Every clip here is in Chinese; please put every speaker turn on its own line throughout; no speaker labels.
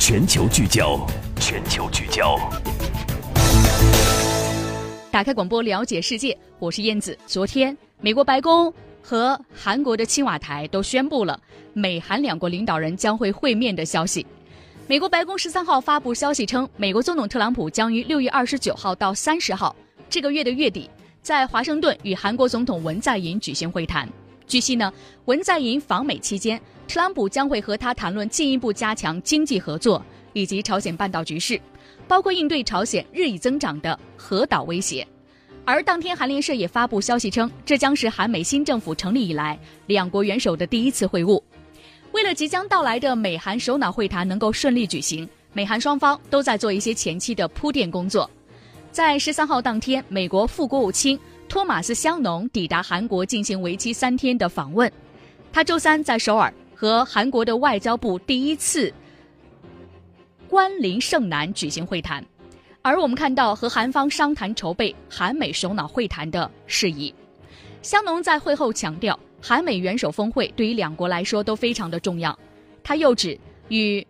全球聚焦，全球聚焦。
打开广播了解世界，我是燕子。昨天，美国白宫和韩国的青瓦台都宣布了美韩两国领导人将会会面的消息。美国白宫13号发布消息称，美国总统特朗普将于6月29号到30号这个月的月底，在华盛顿与韩国总统文在寅举行会谈。据悉呢，文在寅访美期间，特朗普将会和他谈论进一步加强经济合作以及朝鲜半岛局势，包括应对朝鲜日益增长的核岛威胁。而当天韩联社也发布消息称，这将是韩美新政府成立以来两国元首的第一次会晤。为了即将到来的美韩首脑会谈能够顺利举行，美韩双方都在做一些前期的铺垫工作。在13号当天，美国副国务卿托马斯·香农抵达韩国进行为期3天的访问。他周三在首尔和韩国的外交部第一次官林胜男举行会谈，而我们看到和韩方商谈筹备韩美首脑会谈的事宜。香农在会后强调，韩美元首峰会对于两国来说都非常的重要。他又指与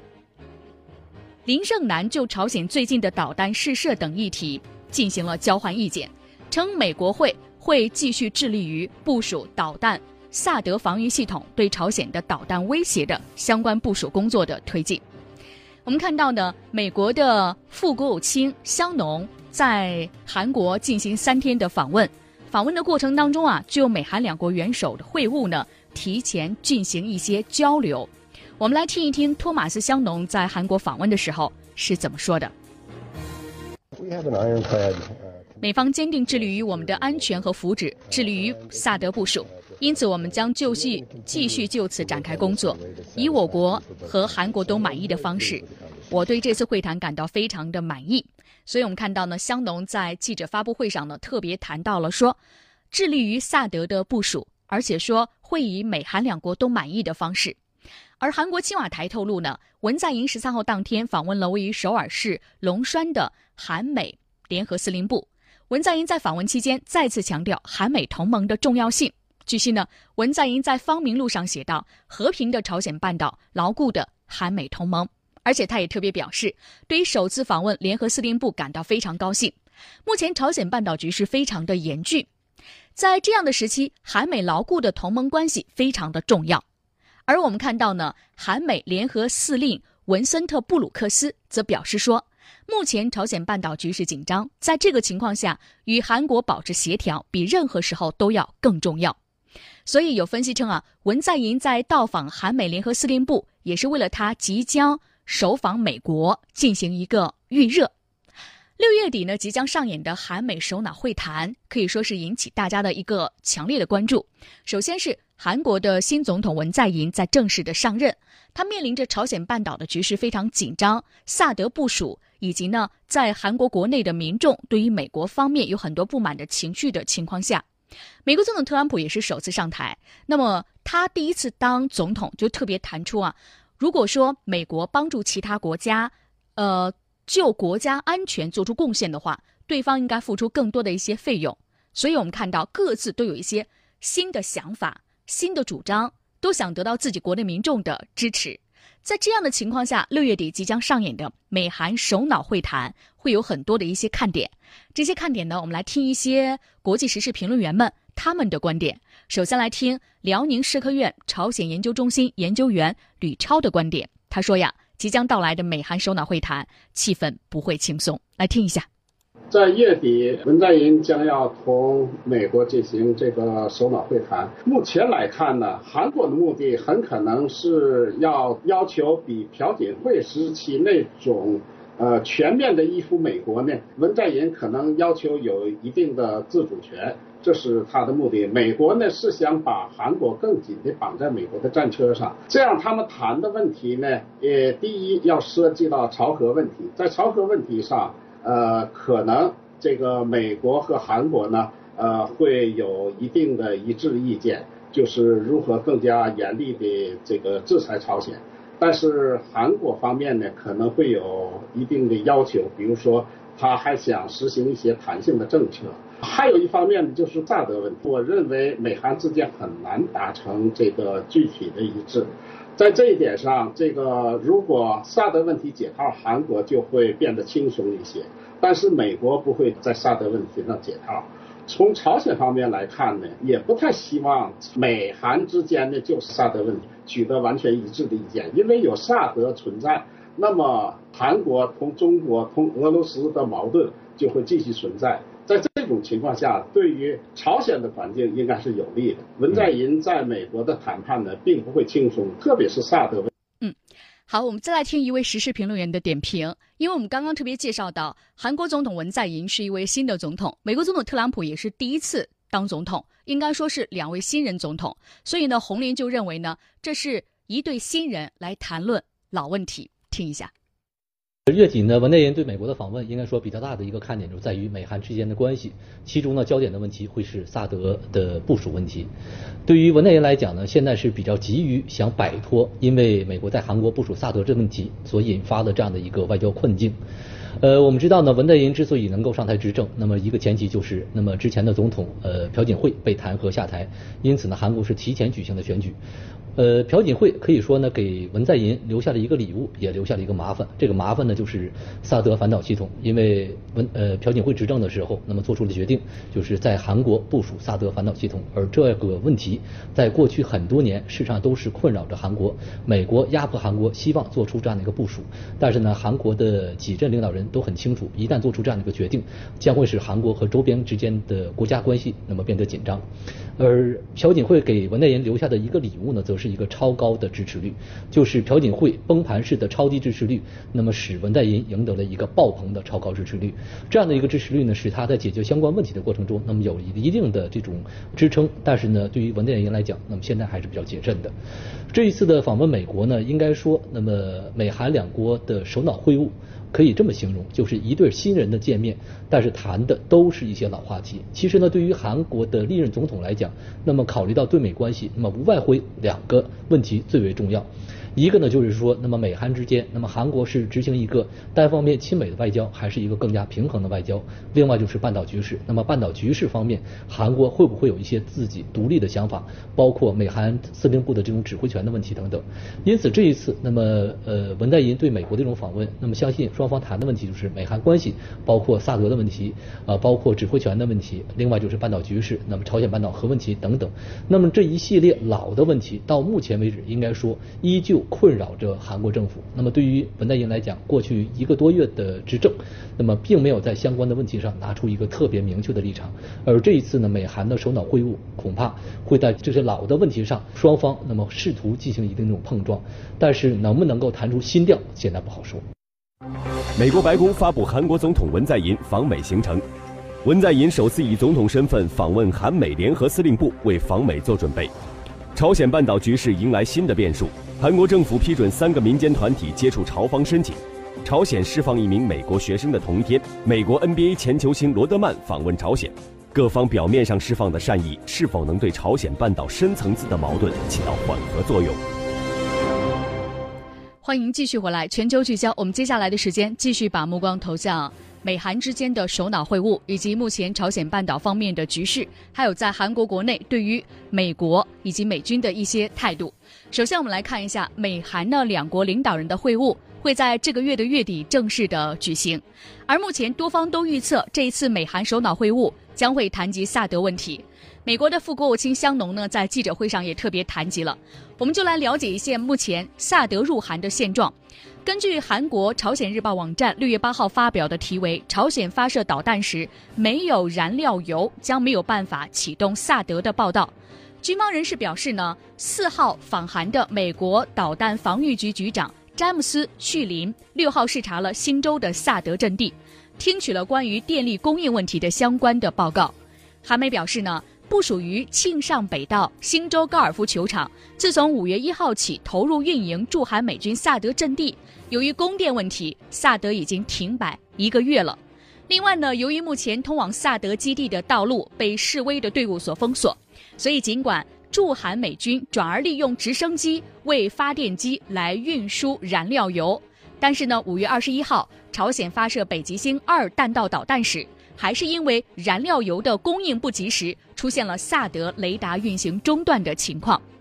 林胜男就朝鲜最近的导弹试射等议题进行了交换意见，称美国会继续致力于部署导弹萨德防御系统对朝鲜的导弹威胁的相关部署工作的推进。我们看到呢，美国的副国务卿香农在韩国进行3天的访问的过程当中啊，就美韩两国元首的会晤呢，提前进行一些交流。我们来听一听托马斯·香农在韩国访问的时候是怎么说的。美方坚定致力于我们的安全和福祉，致力于萨德部署，因此我们将继续就此展开工作，以我国和韩国都满意的方式。我对这次会谈感到非常的满意。所以我们看到呢，香农在记者发布会上呢，特别谈到了说，致力于萨德的部署，而且说会以美韩两国都满意的方式。而韩国青瓦台透露呢，文在寅13号当天访问了位于首尔市龙山的韩美联合司令部。文在寅在访问期间再次强调韩美同盟的重要性。据悉呢，文在寅在芳名录上写道，和平的朝鲜半岛，牢固的韩美同盟。而且他也特别表示，对于首次访问联合司令部感到非常高兴。目前朝鲜半岛局势非常的严峻，在这样的时期，韩美牢固的同盟关系非常的重要。而我们看到呢，韩美联合司令文森特·布鲁克斯则表示说，目前朝鲜半岛局势紧张，在这个情况下，与韩国保持协调比任何时候都要更重要。所以有分析称啊，文在寅在到访韩美联合司令部，也是为了他即将首访美国进行一个预热。6月底呢，即将上演的韩美首脑会谈可以说是引起大家的一个强烈的关注。首先是韩国的新总统文在寅在正式的上任，他面临着朝鲜半岛的局势非常紧张，萨德部署，以及呢在韩国国内的民众对于美国方面有很多不满的情绪的情况下，美国总统特朗普也是首次上台。那么他第一次当总统就特别谈出啊，如果说美国帮助其他国家就国家安全做出贡献的话，对方应该付出更多的一些费用。所以我们看到各自都有一些新的想法、新的主张，都想得到自己国内民众的支持。在这样的情况下，6月底即将上演的美韩首脑会谈会有很多的一些看点。这些看点呢，我们来听一些国际时事评论员们他们的观点。首先来听辽宁社科院朝鲜研究中心研究员吕超的观点。他说呀，即将到来的美韩首脑会谈气氛不会轻松。来听一下。
在月底，文在寅将要同美国进行这个首脑会谈。目前来看呢，韩国的目的很可能是要求比朴槿惠时期那种全面的依附美国呢，文在寅可能要求有一定的自主权，这是他的目的。美国呢是想把韩国更紧地绑在美国的战车上，这样他们谈的问题呢，第一要涉及到朝核问题，在朝核问题上，可能这个美国和韩国呢，会有一定的一致意见，就是如何更加严厉的这个制裁朝鲜。但是韩国方面呢，可能会有一定的要求，比如说他还想实行一些弹性的政策。还有一方面呢，就是萨德问题。我认为美韩之间很难达成这个具体的一致。 在这一点上，如果萨德问题解套，韩国就会变得轻松一些，但是美国不会在萨德问题上解套。从朝鲜方面来看呢，也不太希望美韩之间呢就萨德问题取得完全一致的意见，因为有萨德存在，那么韩国同中国同俄罗斯的矛盾就会继续存在。在这种情况下，对于朝鲜的环境应该是有利的。文在寅在美国的谈判呢，并不会轻松，特别是萨德问题。
好，我们再来听一位时事评论员的点评。因为我们刚刚特别介绍到，韩国总统文在寅是一位新的总统，美国总统特朗普也是第一次当总统，应该说是两位新人总统。所以呢，红林就认为呢，这是一对新人来谈论老问题。听一下。
月底呢，文在寅对美国的访问，应该说比较大的一个看点就在于美韩之间的关系，其中呢焦点的问题会是萨德的部署问题。对于文在寅来讲呢，现在是比较急于想摆脱因为美国在韩国部署萨德这问题所引发的这样的一个外交困境。我们知道呢，文在寅之所以能够上台执政，那么一个前提就是，那么之前的总统朴槿惠被弹劾下台，因此呢，韩国是提前举行的选举。朴槿惠可以说呢，给文在寅留下了一个礼物，也留下了一个麻烦。这个麻烦呢，就是萨德反导系统。因为朴槿惠执政的时候，那么做出了决定，就是在韩国部署萨德反导系统。而这个问题，在过去很多年，事实上都是困扰着韩国。美国压迫韩国，希望做出这样的一个部署，但是呢，韩国的几任领导人都很清楚，一旦做出这样的一个决定，将会使韩国和周边之间的国家关系那么变得紧张。而朴槿惠给文在寅留下的一个礼物呢，则是一个超高的支持率，就是朴槿惠崩盘式的超低支持率，那么使文在寅赢得了一个爆棚的超高支持率。这样的一个支持率呢，使他在解决相关问题的过程中，那么有一定的这种支撑。但是呢，对于文在寅来讲，那么现在还是比较谨慎的。这一次的访问美国呢，应该说，那么美韩两国的首脑会晤，可以这么形容，就是一对新人的见面，但是谈的都是一些老话题。其实呢，对于韩国的历任总统来讲，那么考虑到对美关系，那么无外乎两个问题最为重要。一个呢，就是说，那么美韩之间，那么韩国是执行一个单方面亲美的外交，还是一个更加平衡的外交？另外就是半岛局势，那么半岛局势方面，韩国会不会有一些自己独立的想法，包括美韩司令部的这种指挥权的问题等等。因此这一次，那么文在寅对美国的这种访问，那么相信双方谈的问题就是美韩关系，包括萨德的问题，包括指挥权的问题，另外就是半岛局势，那么朝鲜半岛核问题等等。那么这一系列老的问题，到目前为止应该说依旧困扰着韩国政府。那么对于文在寅来讲，过去1个多月的执政，那么并没有在相关的问题上拿出一个特别明确的立场。而这一次呢，美韩的首脑会晤恐怕会在这些老的问题上，双方那么试图进行一定这种碰撞，但是能不能够谈出新调，现在不好说。
美国白宫发布韩国总统文在寅访美行程。文在寅首次以总统身份访问韩美联合司令部，为访美做准备。朝鲜半岛局势迎来新的变数，韩国政府批准3个民间团体接触朝方申请。朝鲜释放1名美国学生的同一天，美国 NBA 前球星罗德曼访问朝鲜。各方表面上释放的善意，是否能对朝鲜半岛深层次的矛盾起到缓和作用？
欢迎继续回来，全球聚焦。我们接下来的时间继续把目光投向美韩之间的首脑会晤，以及目前朝鲜半岛方面的局势，还有在韩国国内对于美国以及美军的一些态度。首先我们来看一下美韩的两国领导人的会晤会在这个月的月底正式的举行，而目前多方都预测这一次美韩首脑会晤将会谈及萨德问题。美国的副国务卿香农呢，在记者会上也特别谈及了。我们就来了解一下目前萨德入韩的现状。根据韩国朝鲜日报网站6月8号发表的题为“朝鲜发射导弹时没有燃料油，将没有办法启动萨德”的报道，军方人士表示呢，4号访韩的美国导弹防御局局长詹姆斯·绪林6号视察了新州的萨德阵地，听取了关于电力供应问题的相关的报告。韩媒表示呢，部署于庆尚北道新州高尔夫球场自从5月1号起投入运营驻韩美军萨德阵地，由于供电问题，萨德已经停摆1个月了。另外呢，由于目前通往萨德基地的道路被示威的队伍所封锁，所以尽管驻韩美军转而利用直升机为发电机来运输燃料油，但是呢，5月21号朝鲜发射北极星2弹道导弹时，还是因为燃料油的供应不及时，出现了萨德雷达运行中断的情况。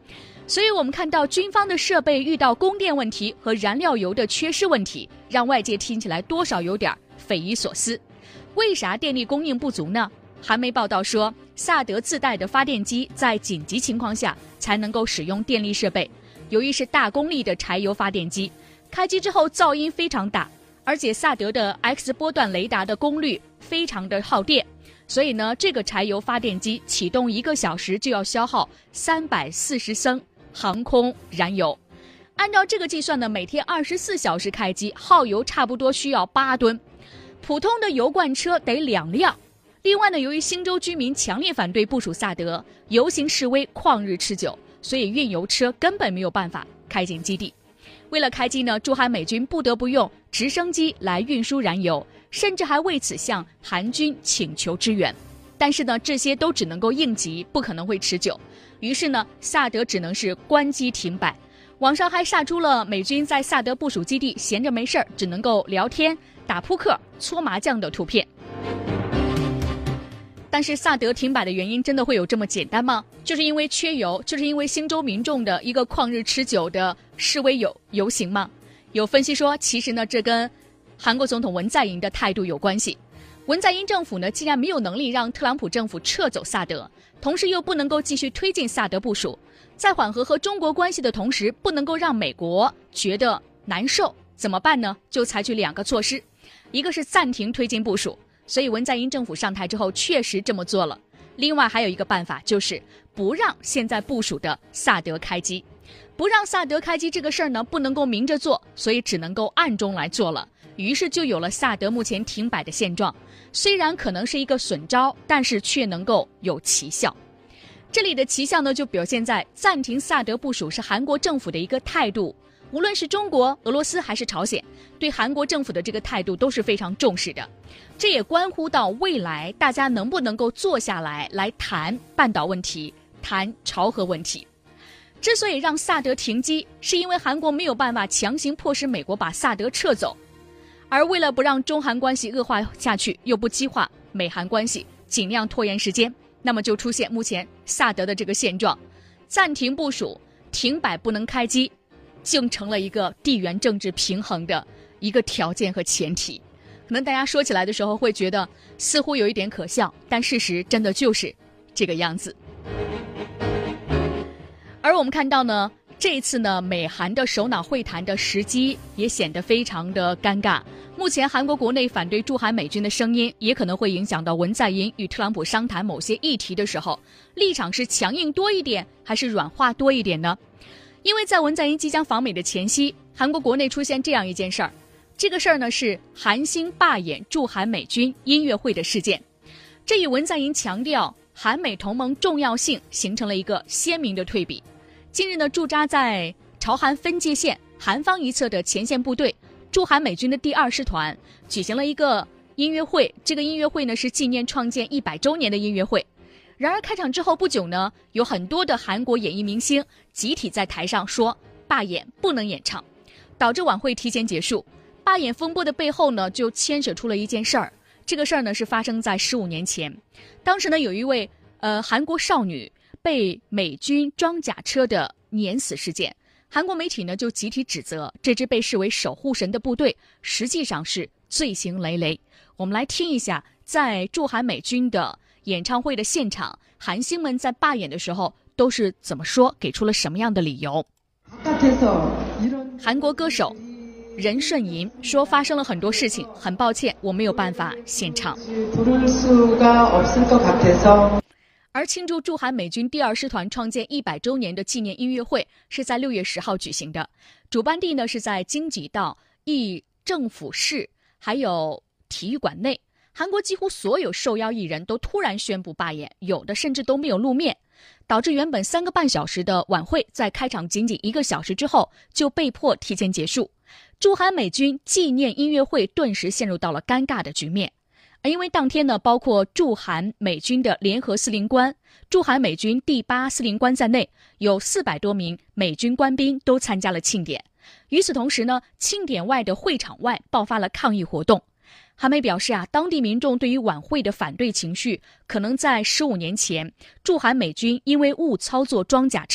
所以我们看到军方的设备遇到供电问题和燃料油的缺失问题，让外界听起来多少有点匪夷所思。为啥电力供应不足呢？韩媒报道说，萨德自带的发电机在紧急情况下才能够使用电力设备，由于是大功率的柴油发电机，开机之后噪音非常大，而且萨德的 X 波段雷达的功率非常的耗电，所以呢，这个柴油发电机启动1个小时就要消耗340升航空燃油。按照这个计算呢，每天24小时开机，耗油差不多需要8吨，普通的油罐车得2辆。另外呢，由于新州居民强烈反对部署萨德，游行示威旷日持久，所以运油车根本没有办法开进基地。为了开机呢，驻韩美军不得不用直升机来运输燃油，甚至还为此向韩军请求支援。但是呢，这些都只能够应急，不可能会持久。于是呢，萨德只能是关机停摆。网上还晒出了美军在萨德部署基地闲着没事儿，只能够聊天、打扑克、搓麻将的图片。但是萨德停摆的原因真的会有这么简单吗？就是因为缺油，就是因为新州民众的一个旷日持久的示威游行吗？有分析说，其实呢，这跟韩国总统文在寅的态度有关系。文在寅政府呢，既然没有能力让特朗普政府撤走萨德，同时又不能够继续推进萨德部署，在缓和和中国关系的同时，不能够让美国觉得难受，怎么办呢？就采取2个措施，一个是暂停推进部署，所以文在寅政府上台之后确实这么做了。另外还有一个办法，就是不让现在部署的萨德开机。不让萨德开机这个事儿呢，不能够明着做，所以只能够暗中来做了。于是就有了萨德目前停摆的现状。虽然可能是一个损招，但是却能够有奇效。这里的奇效呢，就表现在暂停萨德部署是韩国政府的一个态度。无论是中国、俄罗斯还是朝鲜，对韩国政府的这个态度都是非常重视的。这也关乎到未来大家能不能够坐下来谈半岛问题，谈朝核问题。之所以让萨德停机，是因为韩国没有办法强行迫使美国把萨德撤走，而为了不让中韩关系恶化下去，又不激化美韩关系，尽量拖延时间，那么就出现目前萨德的这个现状，暂停部署、停摆不能开机，竟成了一个地缘政治平衡的一个条件和前提。可能大家说起来的时候会觉得似乎有一点可笑，但事实真的就是这个样子。而我们看到呢，这一次呢，美韩的首脑会谈的时机也显得非常的尴尬。目前韩国国内反对驻韩美军的声音，也可能会影响到文在寅与特朗普商谈某些议题的时候，立场是强硬多一点，还是软化多一点呢？因为在文在寅即将访美的前夕，韩国国内出现这样一件事儿，这个事儿呢是韩星罢演驻韩美军音乐会的事件。这与文在寅强调韩美同盟重要性形成了一个鲜明的对比。近日呢，驻扎在朝韩分界线韩方一侧的前线部队驻韩美军的第2师团举行了一个音乐会，这个音乐会呢是纪念创建100周年的音乐会。然而开场之后不久呢，有很多的韩国演艺明星集体在台上说罢演不能演唱，导致晚会提前结束。罢演风波的背后呢，就牵扯出了一件事儿。这个事儿呢是发生在15年前，当时呢有一位韩国少女被美军装甲车的碾死事件。韩国媒体呢就集体指责这支被视为守护神的部队实际上是罪行累累。我们来听一下，在驻韩美军的演唱会的现场，韩星们在罢演的时候都是怎么说，给出了什么样的理由。韩国歌手任顺银说，发生了很多事情，很抱歉我没有办法献唱。而庆祝驻韩美军第2师团创建100周年的纪念音乐会是在6月10号举行的，主办地呢是在京畿道义政府市还有体育馆内。韩国几乎所有受邀艺人都突然宣布罢演，有的甚至都没有露面，导致原本3个半小时的晚会在开场仅仅1个小时之后就被迫提前结束。驻韩美军纪念音乐会顿时陷入到了尴尬的局面。而因为当天呢，包括驻韩美军的联合司令官、驻韩美军第8司令官在内，有400多名美军官兵都参加了庆典。与此同时呢，庆典外的会场外爆发了抗议活动。韩媒表示当地民众对于晚会的反对情绪，可能在15年前驻韩美军因为误操作装甲车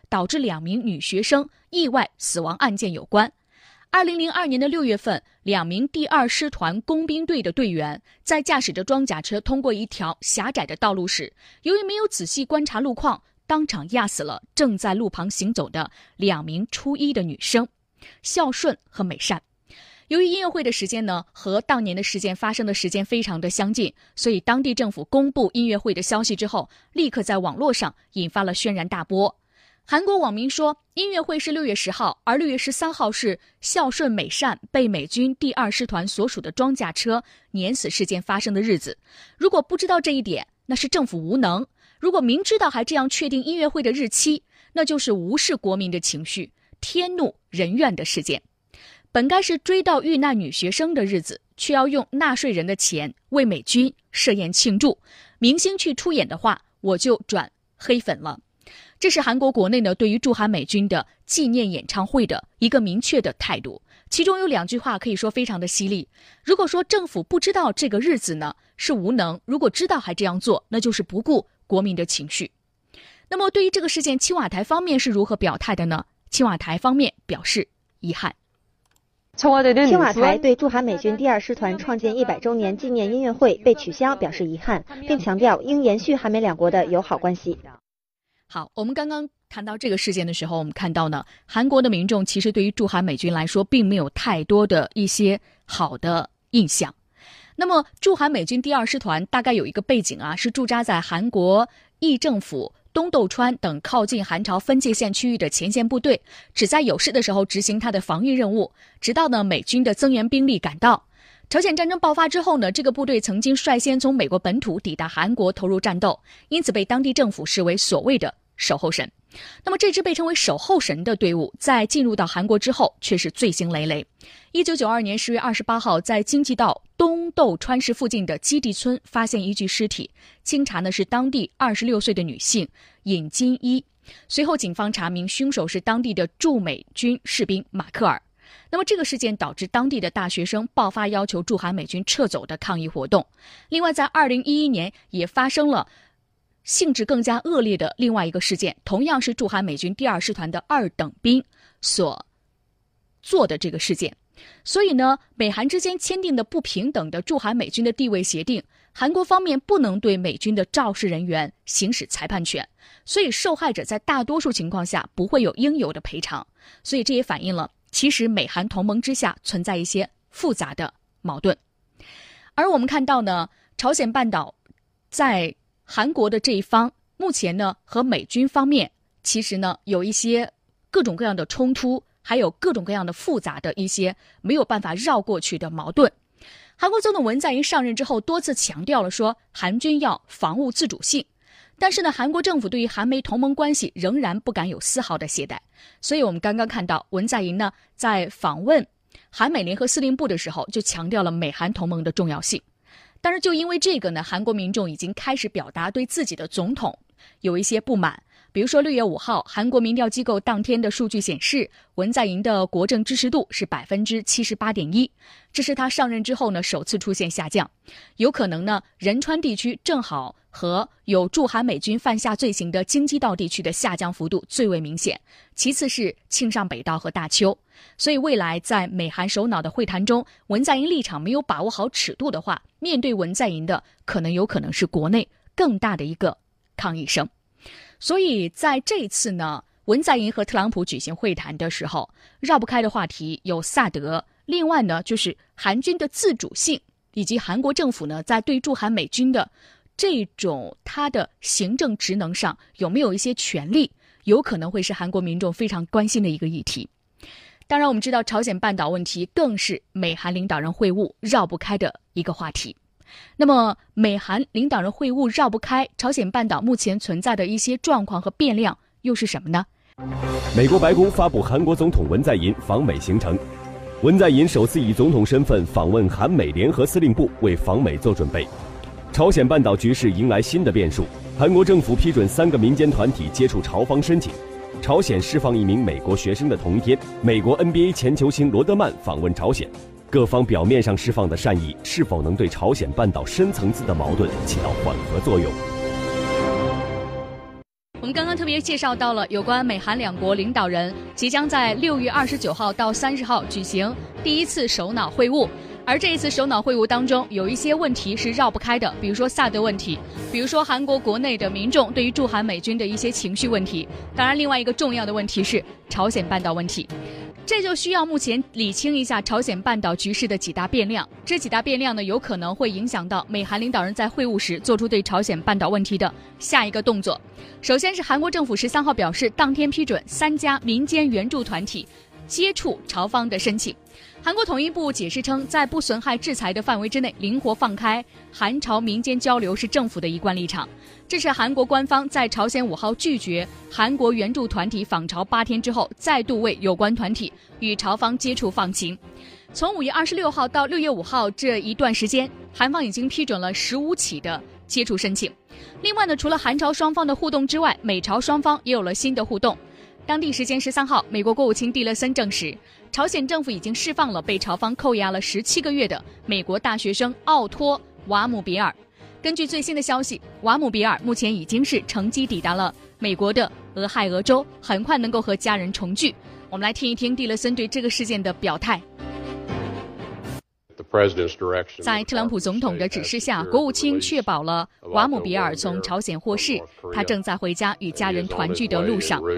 导致2名女学生意外死亡案件有关。2002年的6月份，2名第2师团工兵队的队员在驾驶着装甲车通过一条狭窄的道路时，由于没有仔细观察路况，当场压死了正在路旁行走的2名初一的女生孝顺和美善。由于音乐会的时间呢和当年的事件发生的时间非常的相近，所以当地政府公布音乐会的消息之后，立刻在网络上引发了轩然大波。韩国网民说，音乐会是6月10号，而6月13号是孝顺美善被美军第2师团所属的装甲车碾死事件发生的日子。如果不知道这一点，那是政府无能；如果明知道还这样确定音乐会的日期，那就是无视国民的情绪，天怒人怨的事件。本该是追悼遇难女学生的日子，却要用纳税人的钱为美军设宴庆祝，明星去出演的话，我就转黑粉了。这是韩国国内呢对于驻韩美军的纪念演唱会的一个明确的态度，其中有2句话可以说非常的犀利。如果说政府不知道这个日子呢是无能，如果知道还这样做，那就是不顾国民的情绪。那么对于这个事件，青瓦台方面是如何表态的呢？青瓦台方面表示遗憾。
青瓦台对驻韩美军第2师团创建100周年纪念音乐会被取消表示遗憾，并强调应延续韩美2国的友好关系。
好，我们刚刚谈到这个事件的时候，我们看到呢，韩国的民众其实对于驻韩美军来说并没有太多的一些好的印象。那么驻韩美军第2师团大概有一个背景啊，是驻扎在韩国义政府东豆川等靠近韩朝分界线区域的前线部队，只在有事的时候执行它的防御任务，直到呢美军的增援兵力赶到。朝鲜战争爆发之后呢，这个部队曾经率先从美国本土抵达韩国投入战斗，因此被当地政府视为所谓的守候神。那么这支被称为守候神的队伍在进入到韩国之后却是罪行累累。1992年10月28号，在京畿道东豆川市附近的基地村发现一具尸体，经查呢是当地26岁的女性尹金一。随后警方查明凶手是当地的驻美军士兵马克尔。那么这个事件导致当地的大学生爆发要求驻韩美军撤走的抗议活动。另外在2011年也发生了性质更加恶劣的另外一个事件，同样是驻韩美军第2师团的2等兵所做的这个事件。所以呢，美韩之间签订的不平等的驻韩美军的地位协定，韩国方面不能对美军的肇事人员行使裁判权，所以受害者在大多数情况下不会有应有的赔偿。所以这也反映了其实美韩同盟之下存在一些复杂的矛盾。而我们看到呢，朝鲜半岛在韩国的这一方目前呢和美军方面其实呢有一些各种各样的冲突，还有各种各样的复杂的一些没有办法绕过去的矛盾。韩国总统文在寅上任之后多次强调了说韩军要防务自主性，但是呢韩国政府对于韩美同盟关系仍然不敢有丝毫的懈怠。所以我们刚刚看到文在寅呢在访问韩美联合司令部的时候就强调了美韩同盟的重要性。但是就因为这个呢，韩国民众已经开始表达对自己的总统有一些不满。比如说6月5号，韩国民调机构当天的数据显示，文在寅的国政支持度是 78.1%， 这是他上任之后呢首次出现下降。有可能呢仁川地区正好和有驻韩美军犯下罪行的京畿道地区的下降幅度最为明显，其次是庆尚北道和大邱。所以未来在美韩首脑的会谈中，文在寅立场没有把握好尺度的话，面对文在寅的有可能是国内更大的一个抗议声。所以在这一次呢，文在寅和特朗普举行会谈的时候，绕不开的话题有萨德，另外呢就是韩军的自主性，以及韩国政府呢在对驻韩美军的这种他的行政职能上有没有一些权利，有可能会是韩国民众非常关心的一个议题。当然我们知道朝鲜半岛问题更是美韩领导人会晤绕不开的一个话题。那么美韩领导人会晤绕不开，朝鲜半岛目前存在的一些状况和变量又是什么呢？
美国白宫发布韩国总统文在寅访美行程。文在寅首次以总统身份访问韩美联合司令部，为访美做准备。朝鲜半岛局势迎来新的变数，韩国政府批准3个民间团体接触朝方申请。朝鲜释放1名美国学生的同一天，美国 NBA 前球星罗德曼访问朝鲜。各方表面上释放的善意，是否能对朝鲜半岛深层次的矛盾起到缓和作用？
我们刚刚特别介绍到了有关美韩两国领导人即将在6月29号到30号举行第一次首脑会晤，而这一次首脑会晤当中有一些问题是绕不开的，比如说萨德问题，比如说韩国国内的民众对于驻韩美军的一些情绪问题，当然另外一个重要的问题是朝鲜半岛问题。这就需要目前理清一下朝鲜半岛局势的几大变量，这几大变量呢，有可能会影响到美韩领导人在会晤时做出对朝鲜半岛问题的下一个动作。首先是韩国政府13号表示，当天批准3家民间援助团体接触朝方的申请。韩国统一部解释称，在不损害制裁的范围之内，灵活放开韩朝民间交流是政府的一贯立场。这是韩国官方在朝鲜5号拒绝韩国援助团体访朝8天之后，再度为有关团体与朝方接触放行。从5月26号到6月5号这一段时间，韩方已经批准了15起的接触申请。另外呢，除了韩朝双方的互动之外，美朝双方也有了新的互动。当地时间13号，美国国务卿蒂勒森证实，朝鲜政府已经释放了被朝方扣押了17个月的美国大学生奥托·瓦姆比尔。根据最新的消息，瓦姆比尔目前已经是乘机抵达了美国的俄亥俄州，很快能够和家人重聚。我们来听一听蒂勒森对这个事件的表态。在特朗普总统的指示下，国务卿确保了瓦姆比尔从朝鲜获释，他正在回家与家人团聚的路上。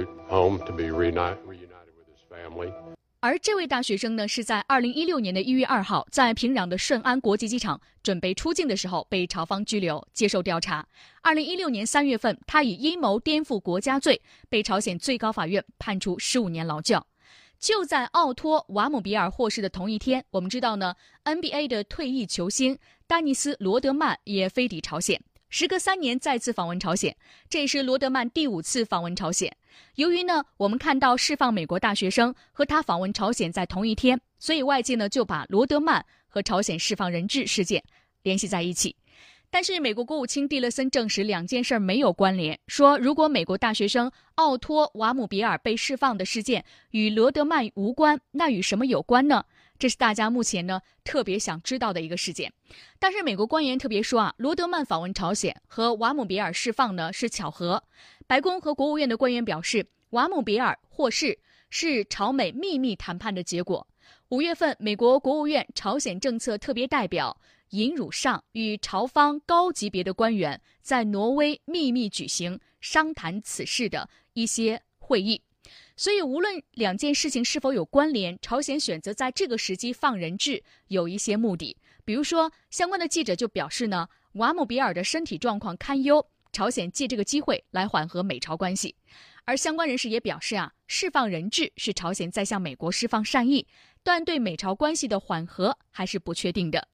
而这位大学生呢，是在2016年的1月2号，在平壤的顺安国际机场准备出境的时候被朝方拘留，接受调查。2016年3月份，他以阴谋颠覆国家罪被朝鲜最高法院判处15年劳教。就在奥托·瓦姆比尔获释的同一天，我们知道呢 ，NBA 的退役球星丹尼斯·罗德曼也飞抵朝鲜。时隔3年再次访问朝鲜，这也是罗德曼第5次访问朝鲜。由于呢，我们看到释放美国大学生和他访问朝鲜在同一天，所以外界呢就把罗德曼和朝鲜释放人质事件联系在一起。但是美国国务卿蒂勒森证实2件事没有关联，说如果美国大学生奥托·瓦姆比尔被释放的事件与罗德曼无关，那与什么有关呢？这是大家目前呢特别想知道的一个事件。但是美国官员特别说罗德曼访问朝鲜和瓦姆比尔释放呢是巧合。白宫和国务院的官员表示，瓦姆比尔获释是朝美秘密谈判的结果。5月份，美国国务院朝鲜政策特别代表尹汝尚与朝方高级别的官员在挪威秘密举行商谈此事的一些会议。所以无论2件事情是否有关联，朝鲜选择在这个时机放人质有一些目的。比如说，相关的记者就表示呢，瓦姆比尔的身体状况堪忧，朝鲜借这个机会来缓和美朝关系。而相关人士也表示释放人质是朝鲜在向美国释放善意，但对美朝关系的缓和还是不确定的。